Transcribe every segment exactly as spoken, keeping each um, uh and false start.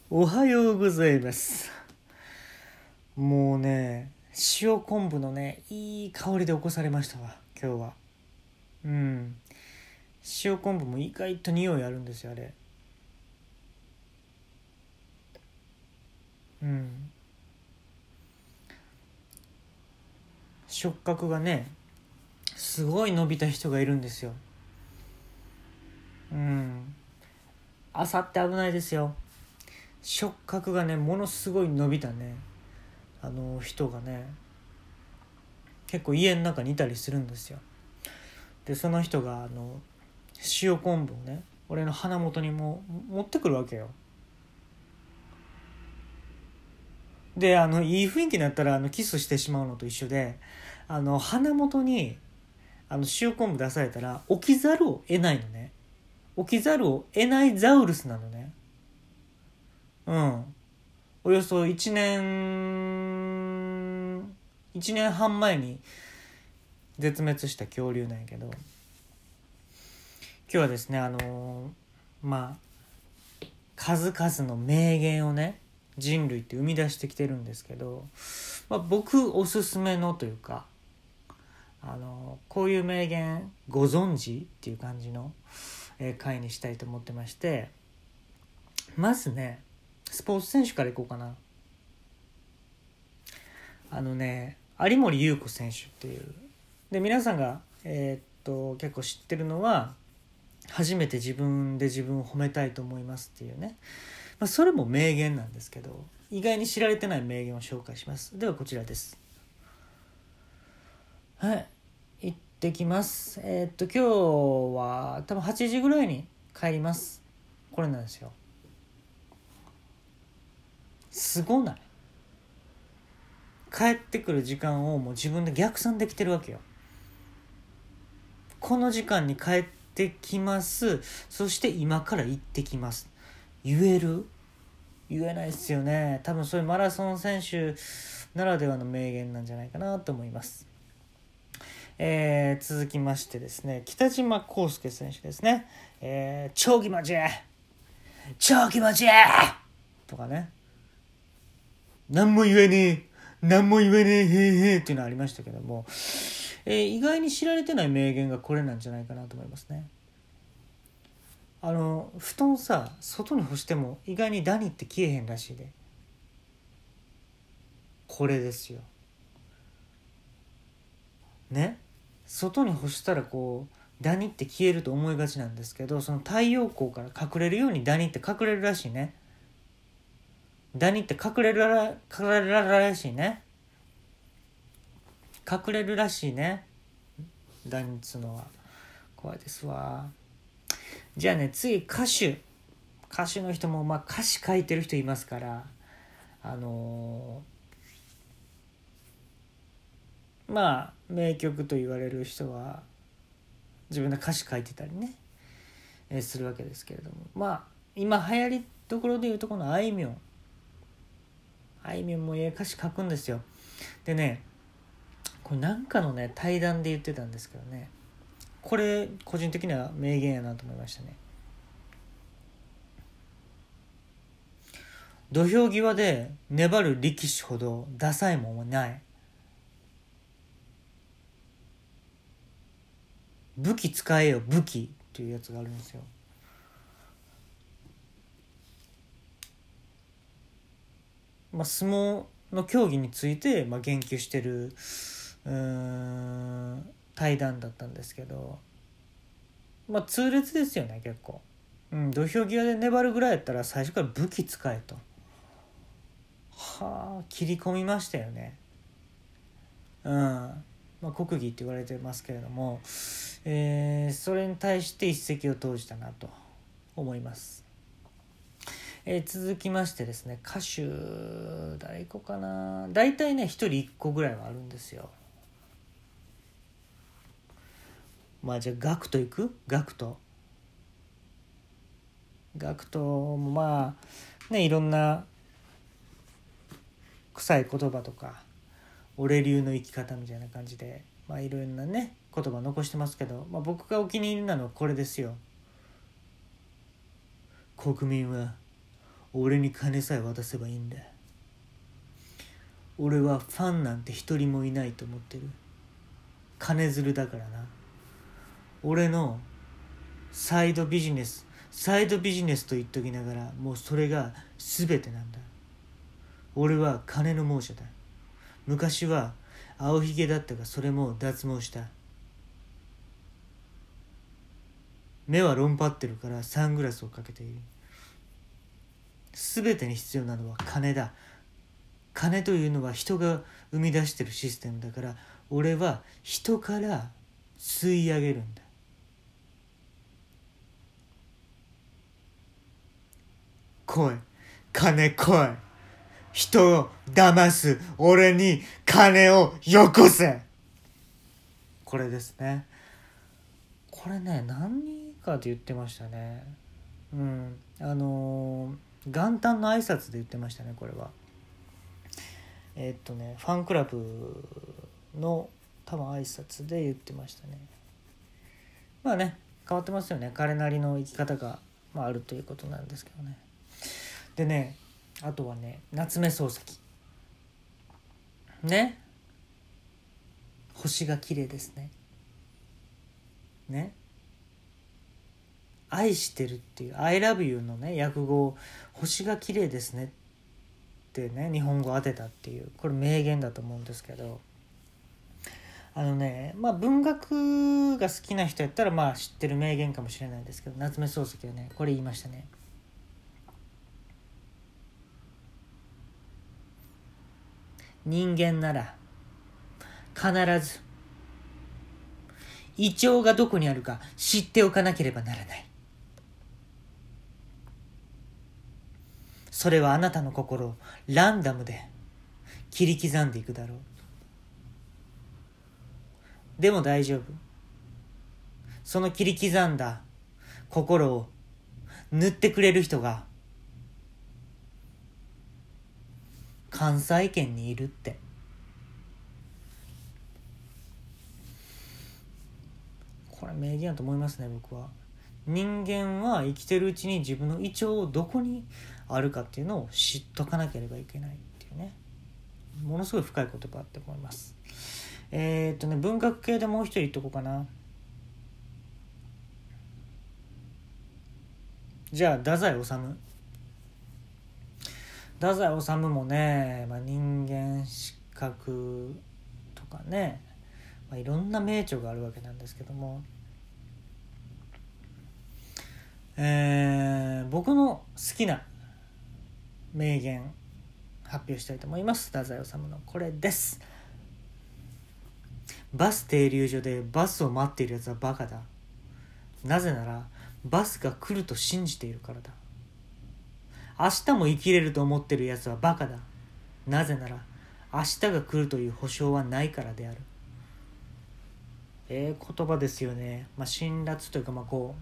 おはようございます。もうね、塩昆布のね、いい香りで起こされましたわ、今日は。うん。塩昆布も意外と匂いあるんですよ、あれ。うん。触覚がね、すごい伸びた人がいるんですよ。うん。朝って危ないですよ。触覚がね、ものすごい伸びたね、あの人がね、結構家の中にいたりするんですよ。で、その人があの塩昆布をね、俺の鼻元にも持ってくるわけよ。で、あのいい雰囲気になったらあのキスしてしまうのと一緒で、あの鼻元にあの塩昆布出されたら起きざるを得ないのね。起きざるを得ないザウルスなのね。うん。およそいちねんいちねんはん前に絶滅した恐竜なんやけど、今日はですね、あのー、まあ数々の名言をね、人類って生み出してきてるんですけど、まあ、僕おすすめのというか、あのこういう名言ご存知っていう感じの、えー、回にしたいと思ってまして、まずね、スポーツ選手からいこうかな。あのね、有森裕子選手っていう、で皆さんが、えー、っと結構知ってるのは、初めて自分で自分を褒めたいと思いますっていうね、まあ、それも名言なんですけど、意外に知られてない名言を紹介します。ではこちらです。はい、行ってきます。えー、っと今日は多分はちじぐらいに帰ります。これなんですよ。すごない？帰ってくる時間をもう自分で逆算できてるわけよ。この時間に帰ってきます。そして今から行ってきます。言える？言えないですよね。多分そういうマラソン選手ならではの名言なんじゃないかなと思います。えー、続きましてですね、北島康介選手ですね。えー、超気持ちいい超気持ちいいとかね、何も言えねえ何も言えねえへーへーっていうのありましたけども、えー、意外に知られてない名言がこれなんじゃないかなと思いますね。あの布団さ、外に干しても意外にダニって消えへんらしいで。これですよね。外に干したらこうダニって消えると思いがちなんですけど、その太陽光から隠れるようにダニって隠れるらしいね。ダニって隠れるら隠れるらしいね隠れるらしいねダニっつうのは。怖いですわ。じゃあね、次歌手歌手の人も、まあ歌詞書いてる人いますから、あのー、まあ名曲と言われる人は自分で歌詞書いてたりね、えー、するわけですけれども、まあ今流行りどころでいうとこのあいみょんあいみょんもええ歌詞書くんですよ。でね、これなんかのね対談で言ってたんですけどね、これ個人的には名言やなと思いましたね。土俵際で粘る力士ほどダサいもんはない。武器使えよ武器っていうやつがあるんですよ。まあ、相撲の競技について、まあ、言及してるうーん対談だったんですけど、まあ痛烈ですよね結構。うん、土俵際で粘るぐらいやったら最初から武器使えと。はあ、切り込みましたよね。うん、まあ、国技って言われてますけれども、えー、それに対して一石を投じたなと思います。えー、続きましてですね、歌手誰いこうかな。大体ね一人一個ぐらいはあるんですよ。まあじゃあガクトいく。ガクトガクトもまあね、いろんな臭い言葉とか俺流の生き方みたいな感じで、まあいろんなね言葉残してますけど、まあ、僕がお気に入りなのはこれですよ。国民は俺に金さえ渡せばいいんだ。俺はファンなんて一人もいないと思ってる。金づるだからな。俺のサイドビジネスサイドビジネスと言っときながら、もうそれが全てなんだ。俺は金の亡者だ。昔は青ひげだったが、それも脱毛した。目は論破ってるからサングラスをかけている。全てに必要なのは金だ。金というのは人が生み出してるシステムだから、俺は人から吸い上げるんだ。来い、金来い。人を騙す俺に金をよこせ。これですね。これね、何かで言ってましたね。うん、あのー、元旦の挨拶で言ってましたね。これはえー、っとねファンクラブの多分挨拶で言ってましたね。まあね、変わってますよね。彼なりの生き方が、まあ、あるということなんですけどね。でね、あとはね、夏目漱石ね、星が綺麗ですね。ね、愛してるっていう I love you のね訳語、星が綺麗ですねってね日本語当てたっていう、これ名言だと思うんですけど、あのね、まあ文学が好きな人やったらまあ知ってる名言かもしれないですけど、夏目漱石はねこれ言いましたね。人間なら必ず胃腸がどこにあるか知っておかなければならない。それはあなたの心をランダムで切り刻んでいくだろう。でも大丈夫。その切り刻んだ心を塗ってくれる人が関西圏にいるって。これ名言だと思いますね、僕は。人間は生きてるうちに自分の胃腸をどこにあるかっていうのを知っとかなければいけないっていうね、ものすごい深い言葉って思います。えー、っとね文学系でもう一人言っとこうかな。じゃあ太宰治。太宰治もね、まあ、人間失格とかね、まあ、いろんな名著があるわけなんですけども、えー、僕の好きな名言発表したいと思います。太宰治のこれです。バス停留所でバスを待っているやつはバカだ。なぜならバスが来ると信じているからだ。明日も生きれると思っているやつはバカだ。なぜなら明日が来るという保証はないからである。ええー、言葉ですよね。まあ辛辣というか、まあこ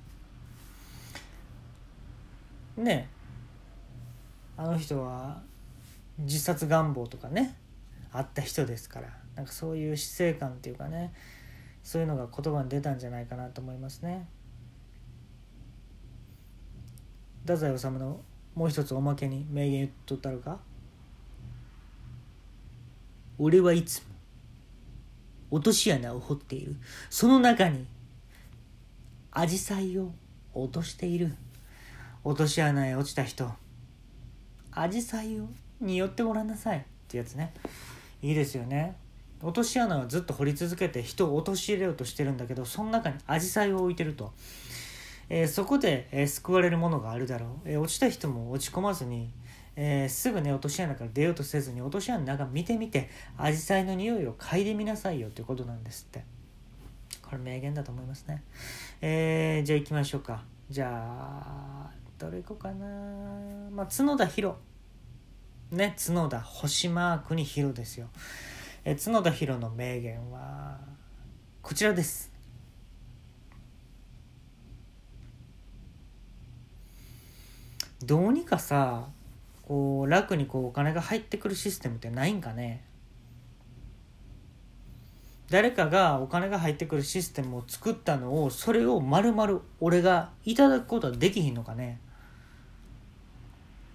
うね、あの人は自殺願望とかねあった人ですから、なんかそういう死生観っていうかね、そういうのが言葉に出たんじゃないかなと思いますね。太宰治のもう一つおまけに名言言っとったるか。俺はいつも落とし穴を掘っている。その中にアジサイを落としている。落とし穴へ落ちた人、アジサイを匂ってごらんなさいってやつね。いいですよね。落とし穴はずっと掘り続けて人を陥れようとしてるんだけど、その中にアジサイを置いてると、えー、そこで、えー、救われるものがあるだろう。えー、落ちた人も落ち込まずに、えー、すぐね落とし穴から出ようとせずに、落とし穴の中見てみてアジサイの匂いを嗅いでみなさいよということなんですって。これ名言だと思いますね。えー、じゃあ行きましょうか。じゃあどれ行こうかな。まあ角田博ね、角田星マークに博ですよ。え角田博の名言はこちらです。どうにかさ、こう楽にこうお金が入ってくるシステムってないんかね。誰かがお金が入ってくるシステムを作ったのを、それを丸々俺がいただくことはできひんのかね。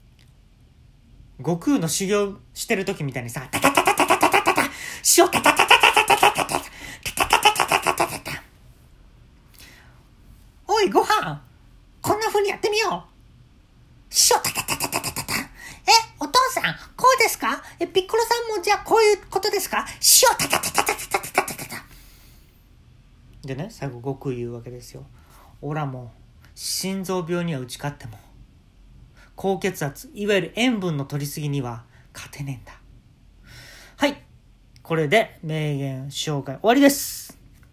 悟空の修行してる時みたいにさ、タタタタタタタタタ、塩タタタタタタタタタタタタタタタタ、おいご飯、こんな風にやってみよう。塩タタタタタタタタ。え、お父さん、こうですか？え、ピッコロさんもじゃあこういうことですか？塩タタタタタタタタタタタ。でね、最後悟空言うわけですよ。オラも心臓病には打ち勝っても高血圧、いわゆる塩分の取りすぎには勝てねえんだ。はい、これで名言紹介終わりです。